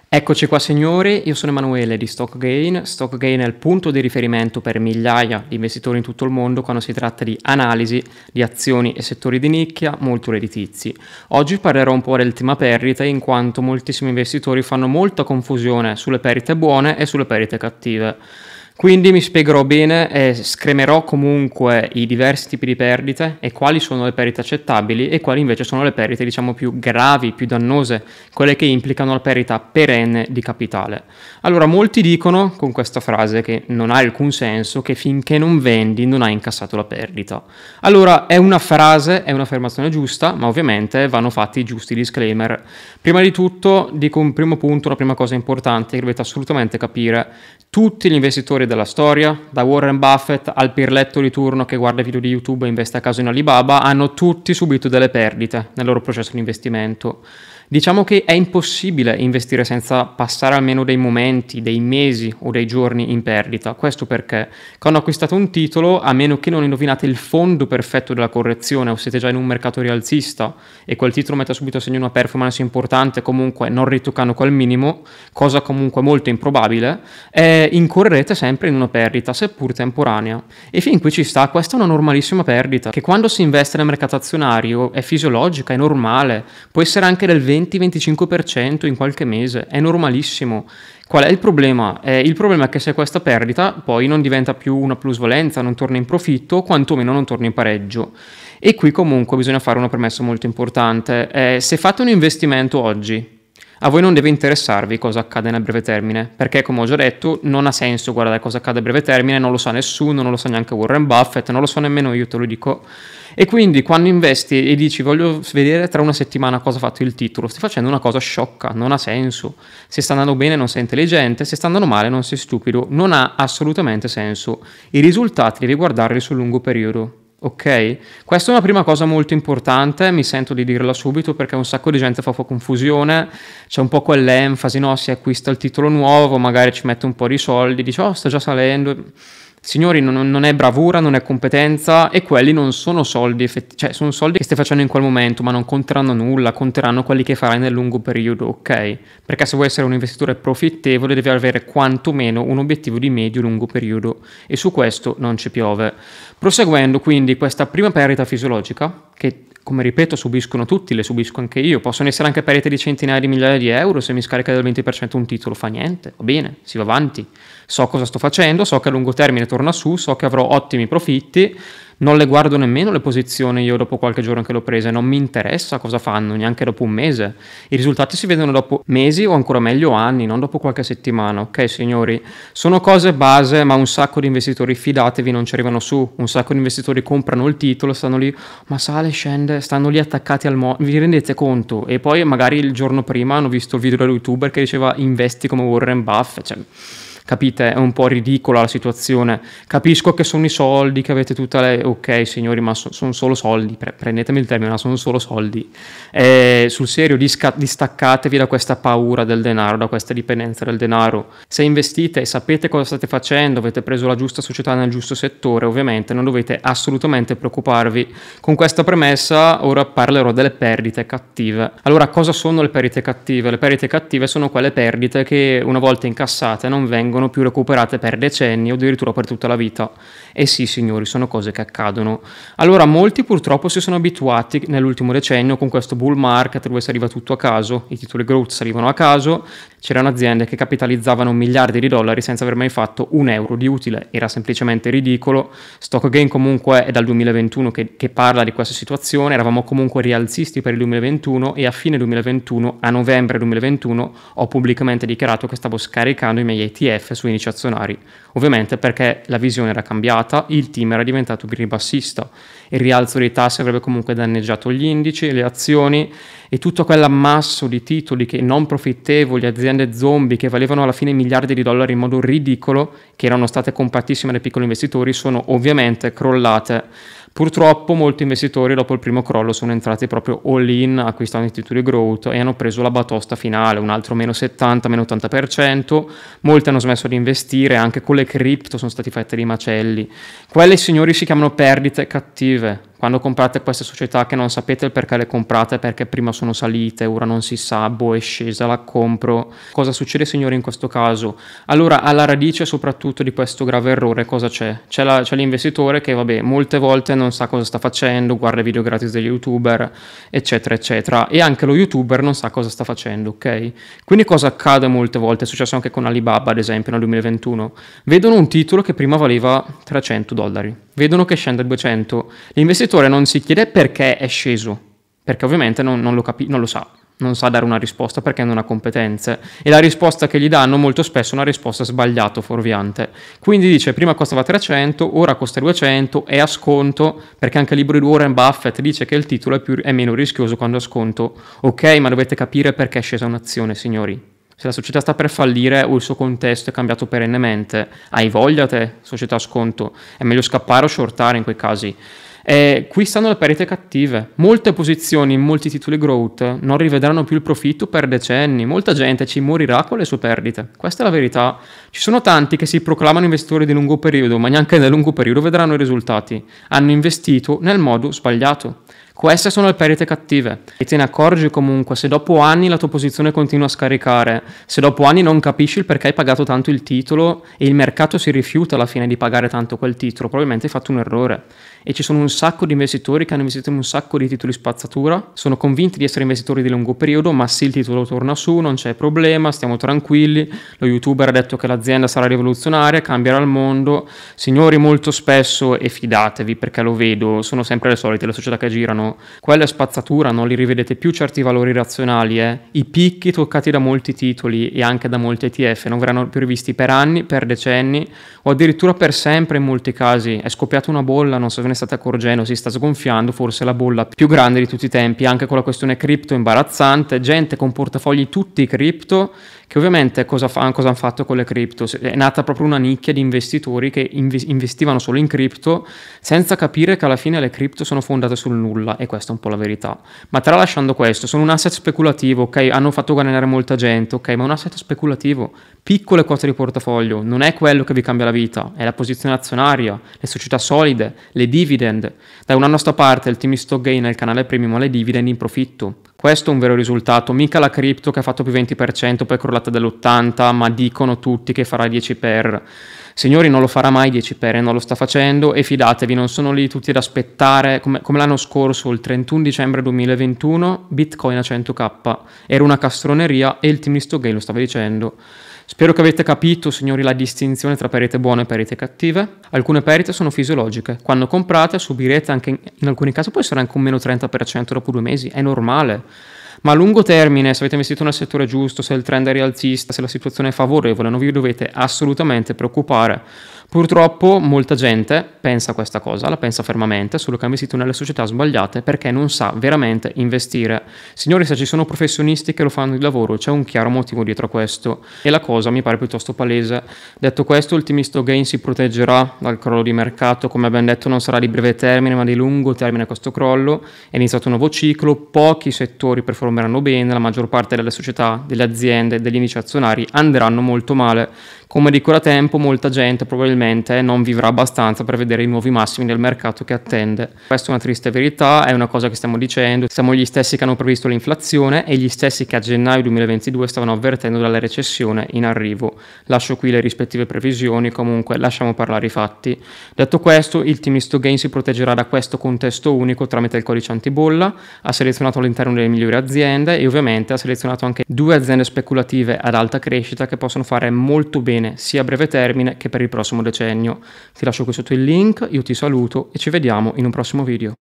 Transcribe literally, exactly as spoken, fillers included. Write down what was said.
Eccoci qua signori, io sono Emanuele di StockGain. StockGain è il punto di riferimento per migliaia di investitori in tutto il mondo quando si tratta di analisi di azioni e settori di nicchia molto redditizi. Oggi parlerò un po' del tema perdite, in quanto moltissimi investitori fanno molta confusione sulle perdite buone e sulle perdite cattive. Quindi mi spiegherò bene e scremerò comunque i diversi tipi di perdite e quali sono le perdite accettabili e quali invece sono le perdite diciamo più gravi, più dannose, quelle che implicano la perdita perenne di capitale. Allora molti dicono con questa frase che non ha alcun senso che finché non vendi non hai incassato la perdita. Allora è una frase, è un'affermazione giusta, ma ovviamente vanno fatti i giusti disclaimer. Prima di tutto dico un primo punto, una prima cosa importante che dovete assolutamente capire: tutti gli investitori della storia, da Warren Buffett al pirletto di turno che guarda video di YouTube e investe a caso in Alibaba, hanno tutti subito delle perdite nel loro processo di investimento. Diciamo che è impossibile investire senza passare almeno dei momenti, dei mesi o dei giorni in perdita. Questo perché quando acquistate un titolo, a meno che non indovinate il fondo perfetto della correzione o siete già in un mercato rialzista e quel titolo mette subito a segno una performance importante, comunque non ritoccando quel minimo, cosa comunque molto improbabile, eh, incorrerete sempre in una perdita, seppur temporanea. E fin qui ci sta, questa è una normalissima perdita, che quando si investe nel mercato azionario è fisiologica, è normale, può essere anche del venti venticinque per cento in qualche mese, è normalissimo. Qual è il problema? Eh, il problema è che se questa perdita poi non diventa più una plusvalenza, non torna in profitto, quantomeno non torna in pareggio. E qui comunque bisogna fare una premessa molto importante. Eh, se fate un investimento oggi, a voi non deve interessarvi cosa accade nel breve termine, perché come ho già detto non ha senso guardare cosa accade a breve termine, non lo sa nessuno, non lo sa neanche Warren Buffett, non lo so nemmeno io, te lo dico. E quindi quando investi e dici voglio vedere tra una settimana cosa ha fatto il titolo, stai facendo una cosa sciocca, non ha senso. Se sta andando bene non sei intelligente, se sta andando male non sei stupido, non ha assolutamente senso. I risultati devi guardarli sul lungo periodo. Ok? Questa è una prima cosa molto importante, mi sento di dirla subito perché un sacco di gente fa confusione, c'è un po' quell'enfasi, no? Si acquista il titolo nuovo, magari ci mette un po' di soldi, dice oh sta già salendo. Signori, non, non è bravura, non è competenza, e quelli non sono soldi effetti, cioè sono soldi che stai facendo in quel momento, ma non conteranno nulla, conteranno quelli che farai nel lungo periodo, ok? Perché se vuoi essere un investitore profittevole devi avere quantomeno un obiettivo di medio-lungo periodo, e su questo non ci piove. Proseguendo quindi questa prima perdita fisiologica, che come ripeto subiscono tutti, le subisco anche io, possono essere anche perdite di centinaia di migliaia di euro, se mi scarica del venti per cento un titolo fa niente, va bene, si va avanti, so cosa sto facendo, so che a lungo termine torna su, so che avrò ottimi profitti, non le guardo nemmeno le posizioni io dopo qualche giorno che l'ho presa, non mi interessa cosa fanno, neanche dopo un mese. I risultati si vedono dopo mesi o ancora meglio anni, non dopo qualche settimana, ok signori? Sono cose base, ma un sacco di investitori, fidatevi, non ci arrivano su, un sacco di investitori comprano il titolo, stanno lì, ma sale, scende, stanno lì attaccati al mo... vi rendete conto? E poi magari il giorno prima hanno visto il video da youtuber che diceva investi come Warren Buffett, cioè... Capite? È un po' ridicola la situazione. Capisco che sono i soldi, che avete tutte le... Ok, signori, ma so, sono solo soldi. Pre- prendetemi il termine, ma sono solo soldi. Eh, sul serio, disca- distaccatevi da questa paura del denaro, da questa dipendenza del denaro. Se investite e sapete cosa state facendo, avete preso la giusta società nel giusto settore, ovviamente non dovete assolutamente preoccuparvi. Con questa premessa, ora parlerò delle perdite cattive. Allora, cosa sono le perdite cattive? Le perdite cattive sono quelle perdite che, una volta incassate, non vengono più recuperate per decenni o addirittura per tutta la vita. E sì signori, sono cose che accadono. Allora molti purtroppo si sono abituati nell'ultimo decennio con questo bull market dove si arriva tutto a caso, i titoli growth salivano a caso, c'erano aziende che capitalizzavano miliardi di dollari senza aver mai fatto un euro di utile, era semplicemente ridicolo. StockGain comunque è dal duemilaventuno che, che parla di questa situazione, eravamo comunque rialzisti per il duemilaventuno e a fine duemilaventuno, a novembre duemilaventuno, ho pubblicamente dichiarato che stavo scaricando i miei E T F su indici azionari, ovviamente perché la visione era cambiata, il team era diventato più ribassista, il rialzo dei tassi avrebbe comunque danneggiato gli indici, le azioni e tutto quell'ammasso di titoli che non profittevoli, aziende zombie che valevano alla fine miliardi di dollari in modo ridicolo, che erano state compattissime dai piccoli investitori, sono ovviamente crollate. Purtroppo molti investitori dopo il primo crollo sono entrati proprio all in acquistando i titoli growth e hanno preso la batosta finale, un altro meno settanta, meno ottanta per cento, molti hanno smesso di investire, anche con le cripto sono stati fatti dei macelli. Quelle signori si chiamano perdite cattive, Quando comprate queste società che non sapete il perché le comprate, perché prima sono salite, ora non si sa, boh, è scesa, la compro. Cosa succede, signori, in questo caso? Allora, alla radice soprattutto di questo grave errore cosa c'è? C'è, la, c'è l'investitore che, vabbè, molte volte non sa cosa sta facendo, guarda i video gratis degli youtuber, eccetera, eccetera. E anche lo youtuber non sa cosa sta facendo, ok? Quindi cosa accade molte volte? È successo anche con Alibaba, ad esempio, nel duemilaventuno. Vedono un titolo che prima valeva trecento dollari. Vedono che scende a duecento. L'investitore non si chiede perché è sceso, perché ovviamente non, non, lo, capi- non lo sa. Non sa dare una risposta perché non ha competenze, e la risposta che gli danno molto spesso è una risposta sbagliata, fuorviante. Quindi dice prima costava trecento, ora costa duecento, è a sconto, perché anche il libro di Warren Buffett dice che il titolo è, più, è meno rischioso quando è a sconto. Ok, ma dovete capire perché è scesa un'azione, signori. Se la società sta per fallire o il suo contesto è cambiato perennemente, hai voglia te, società a sconto, è meglio scappare o shortare in quei casi. E qui stanno le perdite cattive. Molte posizioni in molti titoli growth non rivedranno più il profitto per decenni. Molta gente ci morirà con le sue perdite. Questa è la verità. Ci sono tanti che si proclamano investitori di lungo periodo, ma neanche nel lungo periodo vedranno i risultati. Hanno investito nel modo sbagliato. Queste sono le perdite cattive e te ne accorgi comunque se dopo anni la tua posizione continua a scaricare, se dopo anni non capisci il perché hai pagato tanto il titolo e il mercato si rifiuta alla fine di pagare tanto quel titolo, probabilmente hai fatto un errore. E ci sono un sacco di investitori che hanno investito in un sacco di titoli spazzatura, sono convinti di essere investitori di lungo periodo, ma sì, il titolo torna su, non c'è problema, stiamo tranquilli, lo youtuber ha detto che l'azienda sarà rivoluzionaria, cambierà il mondo. Signori, molto spesso, e fidatevi perché lo vedo, sono sempre le solite le società che girano, quella è spazzatura, non li rivedete più certi valori razionali, eh. I picchi toccati da molti titoli e anche da molti E T F non verranno più rivisti per anni, per decenni o addirittura per sempre in molti casi. È scoppiata una bolla, non so se ve ne state accorgendo, si sta sgonfiando, forse la bolla più grande di tutti i tempi, anche con la questione cripto imbarazzante, gente con portafogli tutti cripto, che ovviamente cosa, fa, cosa hanno fatto con le cripto? È nata proprio una nicchia di investitori che inv- investivano solo in cripto senza capire che alla fine le cripto sono fondate sul nulla, e questa è un po' la verità. Ma tralasciando questo, sono un asset speculativo, ok? Hanno fatto guadagnare molta gente, ok? Ma un asset speculativo, piccole quote di portafoglio, non è quello che vi cambia la vita, è la posizione azionaria, le società solide, le dividend. Da un anno a sta parte il team stock gain nel canale premium ha le dividend in profitto. Questo è un vero risultato, mica la cripto che ha fatto più venti per cento, poi è crollata dell'ottanta, ma dicono tutti che farà dieci per. Signori, non lo farà mai dieci per, e non lo sta facendo, e fidatevi, non sono lì tutti ad aspettare, come, come l'anno scorso, il trentuno dicembre duemilaventuno, Bitcoin a cento k, era una castroneria e il team di stock gain lo stava dicendo. Spero che avete capito, signori, la distinzione tra perdite buone e perdite cattive. Alcune perdite sono fisiologiche. Quando comprate subirete anche, in, in alcuni casi può essere anche un meno trenta per cento dopo due mesi, è normale. Ma a lungo termine, se avete investito nel settore giusto, se il trend è rialzista, se la situazione è favorevole, non vi dovete assolutamente preoccupare. Purtroppo molta gente pensa questa cosa, la pensa fermamente, solo che ha investito nelle società sbagliate perché non sa veramente investire. Signori, se ci sono professionisti che lo fanno di lavoro, c'è un chiaro motivo dietro a questo e la cosa mi pare piuttosto palese. Detto questo, il team stock gain si proteggerà dal crollo di mercato, come abbiamo detto non sarà di breve termine ma di lungo termine questo crollo, è iniziato un nuovo ciclo, pochi settori performeranno bene, la maggior parte delle società, delle aziende, degli indici azionari andranno molto male. Come dico da tempo, molta gente probabilmente non vivrà abbastanza per vedere i nuovi massimi del mercato che attende. Questa è una triste verità, è una cosa che stiamo dicendo. Siamo gli stessi che hanno previsto l'inflazione e gli stessi che a gennaio duemilaventidue stavano avvertendo dalla recessione in arrivo. Lascio qui le rispettive previsioni, comunque lasciamo parlare i fatti. Detto questo, il team stock gain si proteggerà da questo contesto unico tramite il codice antibolla, ha selezionato all'interno delle migliori aziende e ovviamente ha selezionato anche due aziende speculative ad alta crescita che possono fare molto bene sia a breve termine che per il prossimo decennio. Ti lascio qui sotto il link, io ti saluto e ci vediamo in un prossimo video.